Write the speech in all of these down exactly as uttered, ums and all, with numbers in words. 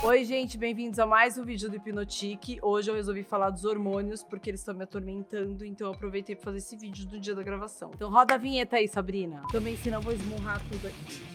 Oi, gente, bem-vindos a mais um vídeo do Hipnotique. Hoje eu resolvi falar dos hormônios, porque eles estão me atormentando, então eu aproveitei para fazer esse vídeo do dia da gravação. Então roda a vinheta aí, Sabrina. Também, senão eu vou esmurrar tudo aqui.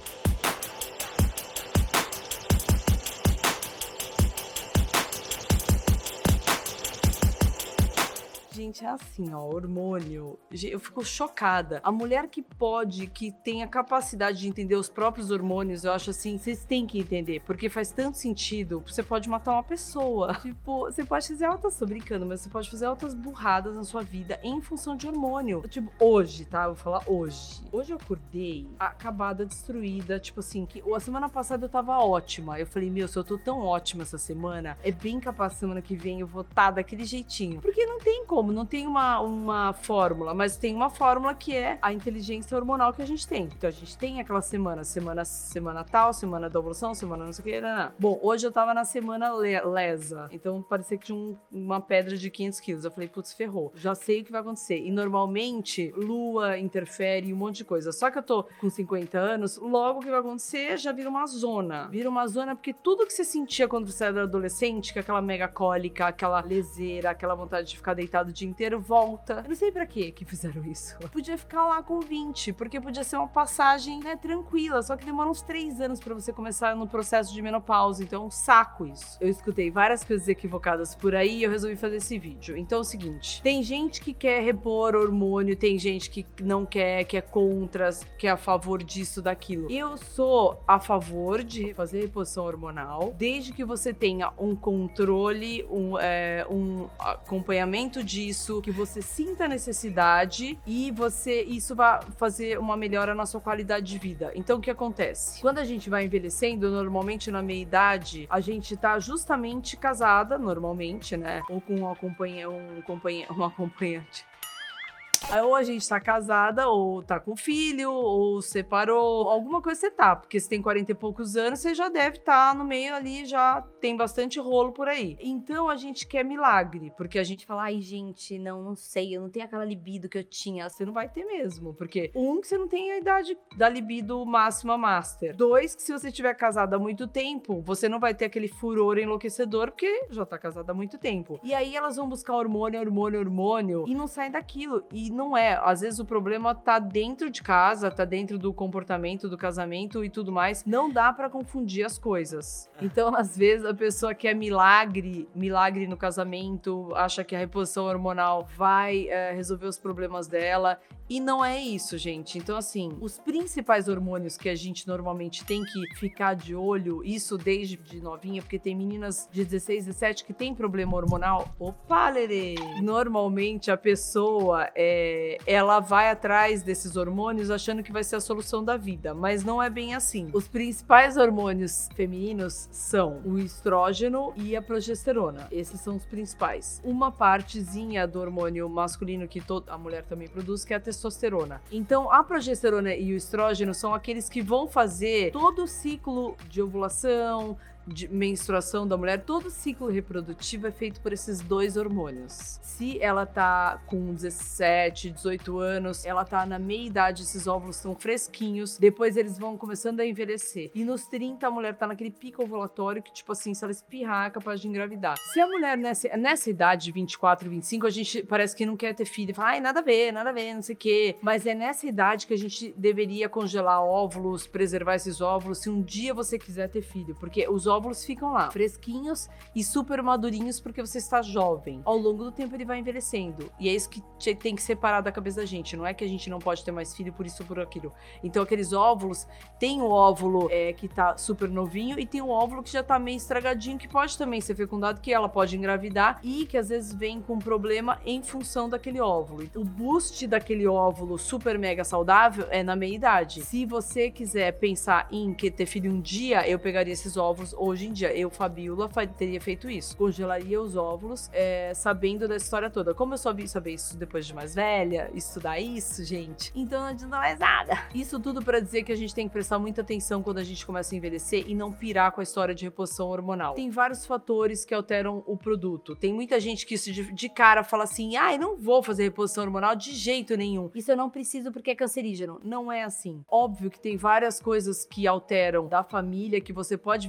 Gente, é assim, ó, hormônio. Eu fico chocada. A mulher que pode, que tem a capacidade de entender os próprios hormônios, eu acho assim, vocês têm que entender, porque faz tanto sentido. Você pode matar uma pessoa. Tipo, você pode fazer altas, tô brincando, mas você pode fazer altas burradas na sua vida em função de hormônio. Tipo, hoje, tá? Eu vou falar hoje. Hoje eu acordei acabada, destruída, tipo assim, que a semana passada eu tava ótima. Eu falei, meu, se eu tô tão ótima essa semana, é bem capaz semana que vem eu vou estar daquele jeitinho. Porque não tem como. Não tem uma, uma fórmula, mas tem uma fórmula que é a inteligência hormonal que a gente tem. Então a gente tem aquela semana, semana, semana tal, semana da ovulação, semana não sei o que, não, não. Bom, hoje eu tava na semana le lesa, então parecia que tinha um, uma pedra de quinhentos quilos. Eu falei, putz, ferrou. Já sei o que vai acontecer. E normalmente, lua interfere um monte de coisa. Só que eu tô com cinquenta anos, logo o que vai acontecer já vira uma zona. Vira uma zona porque tudo que você sentia quando você era adolescente, que é aquela mega cólica, aquela leseira, aquela vontade de ficar deitado o dia inteiro, volta. Eu não sei pra quê que fizeram isso. Podia ficar lá com vinte, porque podia ser uma passagem, né, tranquila, só que demora uns três anos pra você começar no processo de menopausa, então é um saco isso. Eu escutei várias coisas equivocadas por aí e eu resolvi fazer esse vídeo. Então é o seguinte, tem gente que quer repor hormônio, tem gente que não quer, que é contra, que é a favor disso, daquilo. Eu sou a favor de fazer reposição hormonal, desde que você tenha um controle, um, é, um acompanhamento de isso, que você sinta a necessidade e você isso vai fazer uma melhora na sua qualidade de vida. Então o que acontece? Quando a gente vai envelhecendo, normalmente na meia idade, a gente tá justamente casada, normalmente, né? Ou com um acompanha, um, acompanha, um acompanhante. Ou a gente tá casada, ou tá com filho, ou separou, alguma coisa você tá, porque você tem quarenta e poucos anos, você já deve estar tá no meio ali, já tem bastante rolo por aí. Então a gente quer milagre, porque a gente fala, ai gente, não, não sei, eu não tenho aquela libido que eu tinha. Você não vai ter mesmo, porque um, que você não tem a idade da libido máxima master. Dois, que se você tiver casado há muito tempo, você não vai ter aquele furor enlouquecedor, porque já tá casado há muito tempo. E aí elas vão buscar hormônio, hormônio, hormônio, e não saem daquilo. E não é, às vezes o problema tá dentro de casa, tá dentro do comportamento do casamento e tudo mais. Não dá pra confundir as coisas. Então, às vezes a pessoa quer milagre, milagre no casamento, acha que a reposição hormonal vai é, resolver os problemas dela. E não é isso, gente. Então, assim, os principais hormônios que a gente normalmente tem que ficar de olho, isso desde de novinha, porque tem meninas de dezesseis, dezessete que tem problema hormonal. Opa, Lerê! Normalmente a pessoa, é, ela vai atrás desses hormônios achando que vai ser a solução da vida, mas não é bem assim. Os principais hormônios femininos são o estrógeno e a progesterona. Esses são os principais. Uma partezinha do hormônio masculino que toda a mulher também produz, que é a testosterona. Então, a progesterona e o estrógeno são aqueles que vão fazer todo o ciclo de ovulação, de menstruação da mulher, todo o ciclo reprodutivo é feito por esses dois hormônios. Se ela tá com dezessete, dezoito anos, ela tá na meia idade, esses óvulos estão fresquinhos, depois eles vão começando a envelhecer. E nos trinta a mulher tá naquele pico ovulatório que, tipo assim, se ela espirrar, é capaz de engravidar. Se a mulher nessa, nessa idade de vinte e quatro, vinte e cinco, a gente parece que não quer ter filho, fala, ai, nada a ver, nada a ver, não sei o quê. Mas é nessa idade que a gente deveria congelar óvulos, preservar esses óvulos, se um dia você quiser ter filho, porque os óvulos ficam lá, fresquinhos e super madurinhos porque você está jovem. Ao longo do tempo ele vai envelhecendo. E é isso que tem que separar da cabeça da gente. Não é que a gente não pode ter mais filho por isso ou por aquilo. Então aqueles óvulos, tem o óvulo é, que tá super novinho e tem o óvulo que já tá meio estragadinho, que pode também ser fecundado, que ela pode engravidar e que às vezes vem com problema em função daquele óvulo. Então, o boost daquele óvulo super mega saudável é na meia idade. Se você quiser pensar em que ter filho um dia, eu pegaria esses óvulos hoje em dia. Eu, Fabiola, teria feito isso. Congelaria os óvulos, é, sabendo da história toda. Como eu só vi saber isso depois de mais velha, estudar isso, gente, então não adianta mais nada. Isso tudo pra dizer que a gente tem que prestar muita atenção quando a gente começa a envelhecer e não pirar com a história de reposição hormonal. Tem vários fatores que alteram o produto. Tem muita gente que de, de cara fala assim, ah, eu não vou fazer reposição hormonal de jeito nenhum. Isso eu não preciso porque é cancerígeno. Não é assim. Óbvio que tem várias coisas que alteram da família, que você pode vir com aquele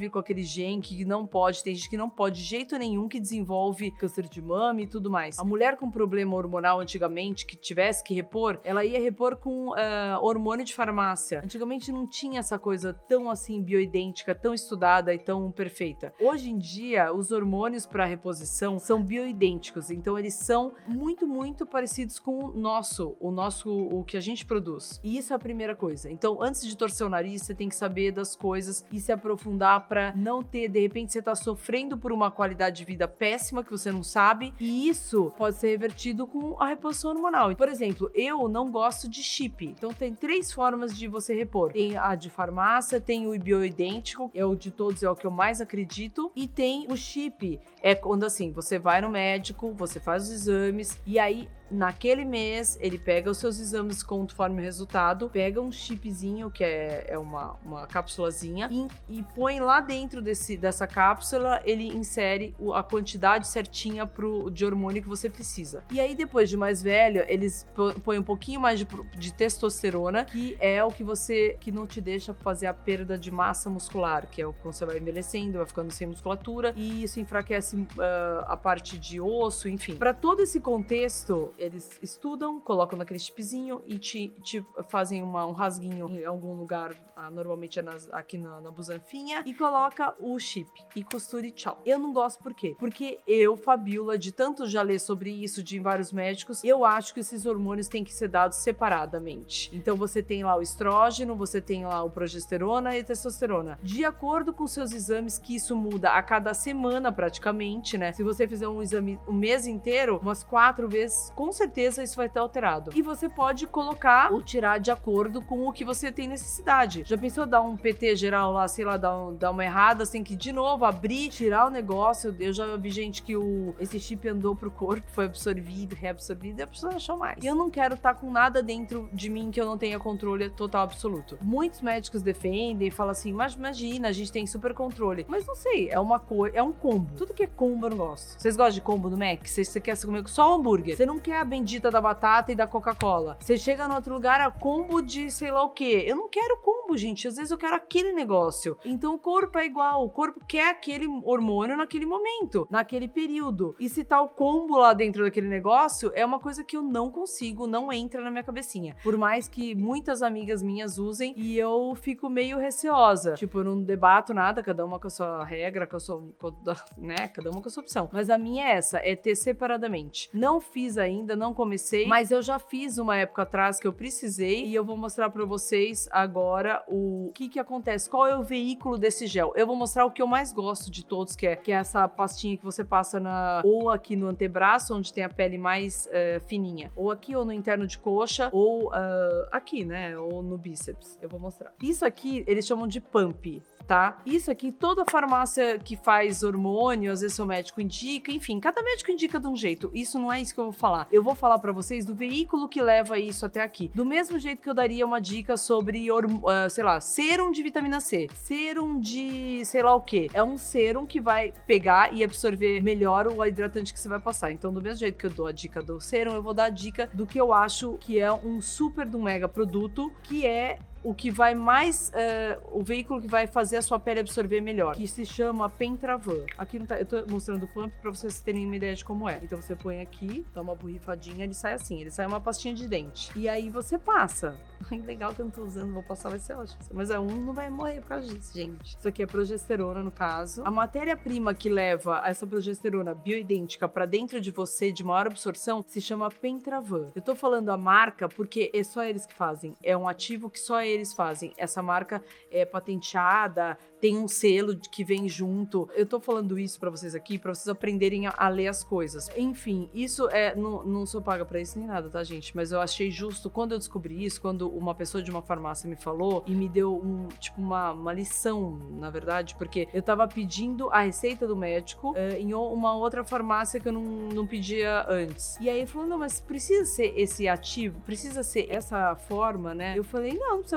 gen que não pode, tem gente que não pode de jeito nenhum, que desenvolve câncer de mama e tudo mais. A mulher com problema hormonal antigamente, que tivesse que repor, ela ia repor com uh, hormônio de farmácia. Antigamente não tinha essa coisa tão assim bioidêntica, tão estudada e tão perfeita. Hoje em dia, os hormônios para reposição são bioidênticos, então eles são muito, muito parecidos com o nosso, o nosso, o que a gente produz. E isso é a primeira coisa. Então, antes de torcer o nariz, você tem que saber das coisas e se aprofundar para não ter, de repente, você tá sofrendo por uma qualidade de vida péssima que você não sabe, e isso pode ser revertido com a reposição hormonal. Por exemplo, eu não gosto de chip. Então, tem três formas de você repor. Tem a de farmácia, tem o bioidêntico, é o de todos, é o que eu mais acredito, e tem o chip. É quando, assim, você vai no médico, você faz os exames, e aí, naquele mês, ele pega os seus exames conforme o resultado, pega um chipzinho, que é, é uma, uma cápsulazinha, e, e põe lá dentro desse, dessa cápsula, ele insere a quantidade certinha pro, de hormônio que você precisa. E aí, depois de mais velho, eles põem um pouquinho mais de, de testosterona, que é o que você, que não te deixa fazer a perda de massa muscular, que é o que você vai envelhecendo, vai ficando sem musculatura, e isso enfraquece uh, a parte de osso, enfim. Para todo esse contexto, eles estudam, colocam naquele chipzinho e te, te fazem uma, um rasguinho em algum lugar, ah, normalmente é nas, aqui na, na busanfinha, e coloca o chip e costura e tchau. Eu não gosto por quê? Porque eu, Fabiola, de tanto já ler sobre isso de vários médicos, eu acho que esses hormônios têm que ser dados separadamente. Então você tem lá o estrógeno, você tem lá o progesterona e a testosterona. De acordo com seus exames, que isso muda a cada semana praticamente, né? Se você fizer um exame o mês inteiro, umas quatro vezes, com certeza isso vai estar alterado. E você pode colocar ou tirar de acordo com o que você tem necessidade. Já pensou dar um P T geral lá, sei lá, dar, um, dar uma errada, você tem que de novo abrir, tirar o negócio. Eu já vi gente que o, esse chip andou pro corpo, foi absorvido, reabsorvido, e a pessoa achou mais. E eu não quero estar com nada dentro de mim que eu não tenha controle total absoluto. Muitos médicos defendem e falam assim, mas imagina, a gente tem super controle. Mas não sei, é uma coisa, é um combo. Tudo que é combo eu não gosto. Vocês gostam de combo no Mac? Você, você quer comer só o hambúrguer? Você não quer a bendita da batata e da Coca-Cola. Você chega no outro lugar, é combo de sei lá o quê. Eu não quero combo, gente. Às vezes eu quero aquele negócio. Então o corpo é igual. O corpo quer aquele hormônio naquele momento, naquele período. E se tá o combo lá dentro daquele negócio, é uma coisa que eu não consigo, não entra na minha cabecinha. Por mais que muitas amigas minhas usem, e eu fico meio receosa. Tipo, eu não debato nada, cada uma com a sua regra, com a sua, com, né? Cada uma com a sua opção. Mas a minha é essa, é ter separadamente. Não fiz ainda, não comecei, mas eu já fiz uma época atrás que eu precisei, e eu vou mostrar pra vocês agora o que que acontece, qual é o veículo desse gel. Eu vou mostrar o que eu mais gosto de todos, que é, que é essa pastinha que você passa na, ou aqui no antebraço, onde tem a pele mais uh, fininha, ou aqui, ou no interno de coxa, ou uh, aqui, né, ou no bíceps. Eu vou mostrar. Isso aqui, eles chamam de pump. Tá? Isso aqui, toda farmácia que faz hormônio, às vezes seu médico indica, enfim, cada médico indica de um jeito. Isso não é isso que eu vou falar. Eu vou falar pra vocês do veículo que leva isso até aqui. Do mesmo jeito que eu daria uma dica sobre, uh, sei lá, sérum de vitamina C, sérum de sei lá o que. É um sérum que vai pegar e absorver melhor o hidratante que você vai passar. Então, do mesmo jeito que eu dou a dica do sérum, eu vou dar a dica do que eu acho que é um super do mega produto, que é o que vai mais, uh, o veículo que vai fazer a sua pele absorver melhor, que se chama Pentravan. Aqui não tá, eu tô mostrando o pump pra vocês terem uma ideia de como é. Então você põe aqui, dá uma borrifadinha, ele sai assim, ele sai uma pastinha de dente. E aí você passa. Ai, legal que eu não tô usando, vou passar, vai ser ótimo. Mas é um não vai morrer por causa disso, gente. Isso aqui é progesterona, no caso. A matéria-prima que leva essa progesterona bioidêntica pra dentro de você, de maior absorção, se chama Pentravan. Eu tô falando a marca porque é só eles que fazem. É um ativo que só eles fazem. Essa marca é patenteada, tem um selo que vem junto. Eu tô falando isso pra vocês aqui, pra vocês aprenderem a, a ler as coisas. Enfim, isso é... Não, não sou paga pra isso nem nada, tá, gente? Mas eu achei justo, quando eu descobri isso, quando uma pessoa de uma farmácia me falou e me deu um, tipo, uma, uma lição, na verdade, porque eu tava pedindo a receita do médico uh, em uma outra farmácia que eu não, não pedia antes. E aí ele falou, não, mas precisa ser esse ativo? Precisa ser essa forma, né? Eu falei, não, não precisa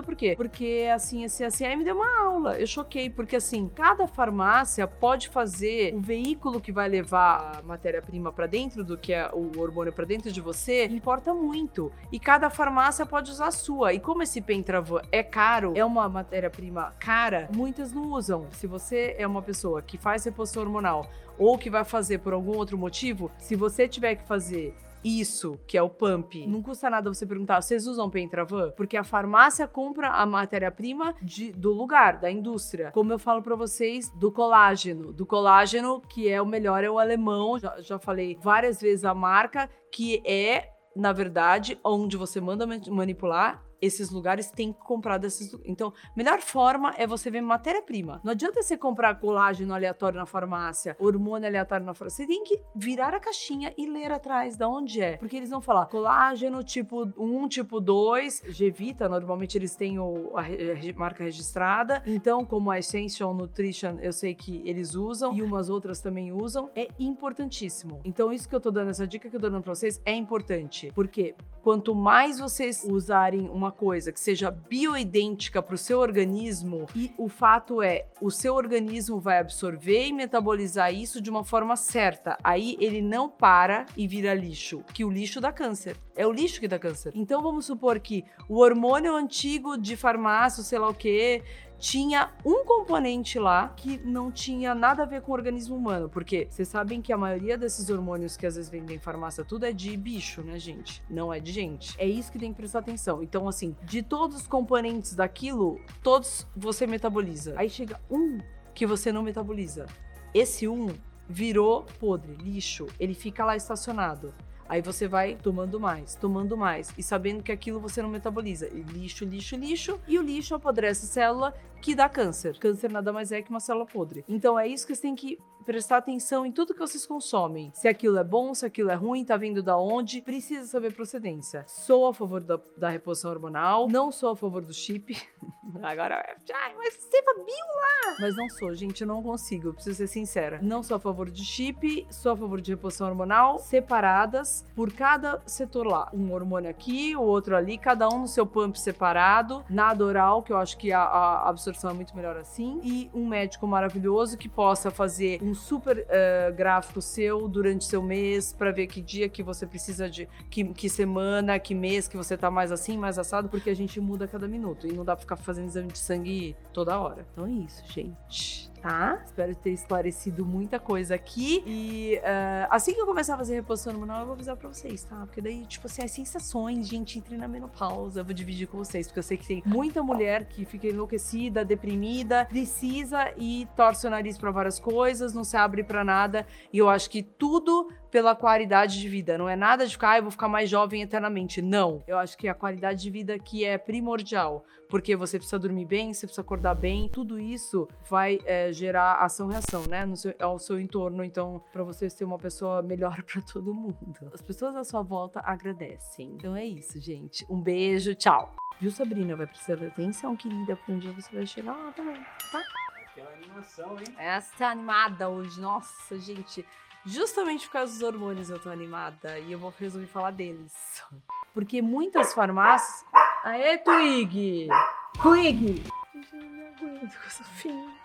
por quê? Porque assim, assim, assim, aí me deu uma aula. Eu choquei, porque assim, cada farmácia pode fazer o veículo que vai levar a matéria-prima pra dentro do que é o hormônio pra dentro de você, importa muito. E cada farmácia pode usar a sua. E como esse Pentravan é caro, é uma matéria-prima cara, muitas não usam. Se você é uma pessoa que faz reposição hormonal ou que vai fazer por algum outro motivo, se você tiver que fazer isso, que é o pump, não custa nada você perguntar, vocês usam Pentravan? Porque a farmácia compra a matéria-prima do lugar, da indústria. Como eu falo pra vocês, do colágeno. Do colágeno, que é o melhor, é o alemão. Já, já falei várias vezes a marca, que é, na verdade, onde você manda manipular. Esses lugares têm que comprar desses. Então, melhor forma é você ver matéria-prima. Não adianta você comprar colágeno aleatório na farmácia, hormônio aleatório na farmácia. Você tem que virar a caixinha e ler atrás de onde é. Porque eles vão falar colágeno tipo um, tipo dois, Gevita, normalmente eles têm o, a, a marca registrada. Então, como a Essential Nutrition, eu sei que eles usam e umas outras também usam. É importantíssimo. Então, isso que eu tô dando, essa dica que eu tô dando pra vocês é importante. Porque quanto mais vocês usarem uma coisa que seja bioidêntica para o seu organismo, e o fato é, o seu organismo vai absorver e metabolizar isso de uma forma certa. Aí ele não para e vira lixo, que o lixo dá câncer. É o lixo que dá câncer. Então vamos supor que o hormônio antigo de farmácia, sei lá o quê, tinha um componente lá que não tinha nada a ver com o organismo humano, porque vocês sabem que a maioria desses hormônios que às vezes vendem em farmácia, tudo é de bicho, né, gente? Não é de gente. É isso que tem que prestar atenção. Então, assim, de todos os componentes daquilo, todos você metaboliza. Aí chega um que você não metaboliza. Esse um virou podre, lixo, ele fica lá estacionado. Aí você vai tomando mais, tomando mais, e sabendo que aquilo você não metaboliza. E lixo, lixo, lixo, e o lixo apodrece a célula que dá câncer. Câncer nada mais é que uma célula podre. Então é isso que você tem que prestar atenção em tudo que vocês consomem. Se aquilo é bom, se aquilo é ruim, tá vindo da onde, precisa saber procedência. Sou a favor da, da reposição hormonal, não sou a favor do chip. Agora, ai, mas você viu lá! Mas não sou, gente, eu não consigo, eu preciso ser sincera. Não sou a favor de chip, sou a favor de reposição hormonal, separadas, por cada setor lá. Um hormônio aqui, o outro ali, cada um no seu pump separado, nada oral, que eu acho que a, a absorção é muito melhor assim, e um médico maravilhoso que possa fazer um super uh, gráfico seu durante seu mês, pra ver que dia que você precisa de, que, que semana, que mês que você tá mais assim, mais assado, porque a gente muda a cada minuto, e não dá pra ficar fazendo exame de sangue toda hora. Então é isso, gente. Tá? Espero ter esclarecido muita coisa aqui. E uh, assim que eu começar a fazer reposição hormonal, eu vou avisar pra vocês, tá? Porque daí, tipo assim, as sensações, gente, entre na menopausa, eu vou dividir com vocês, porque eu sei que tem muita mulher que fica enlouquecida, deprimida, precisa e torce o nariz pra várias coisas, não se abre pra nada. E eu acho que tudo pela qualidade de vida. Não é nada de ficar, ah, eu vou ficar mais jovem eternamente. Não. Eu acho que a qualidade de vida aqui é primordial. Porque você precisa dormir bem, você precisa acordar bem. Tudo isso vai é, gerar ação-reação, né? No seu, ao seu entorno. Então, pra você ser uma pessoa melhor pra todo mundo. As pessoas à sua volta agradecem. Então é isso, gente. Um beijo, tchau. Viu, Sabrina? Vai precisar de atenção, querida, porque um dia você vai chegar lá também, tá? Aquela animação, hein? Essa tá animada hoje. Nossa, gente. Justamente por causa dos hormônios eu tô animada e eu vou resolver falar deles. Porque muitas farmácias... Aê, Twig! Twig! Eu não me aguento com essa filha.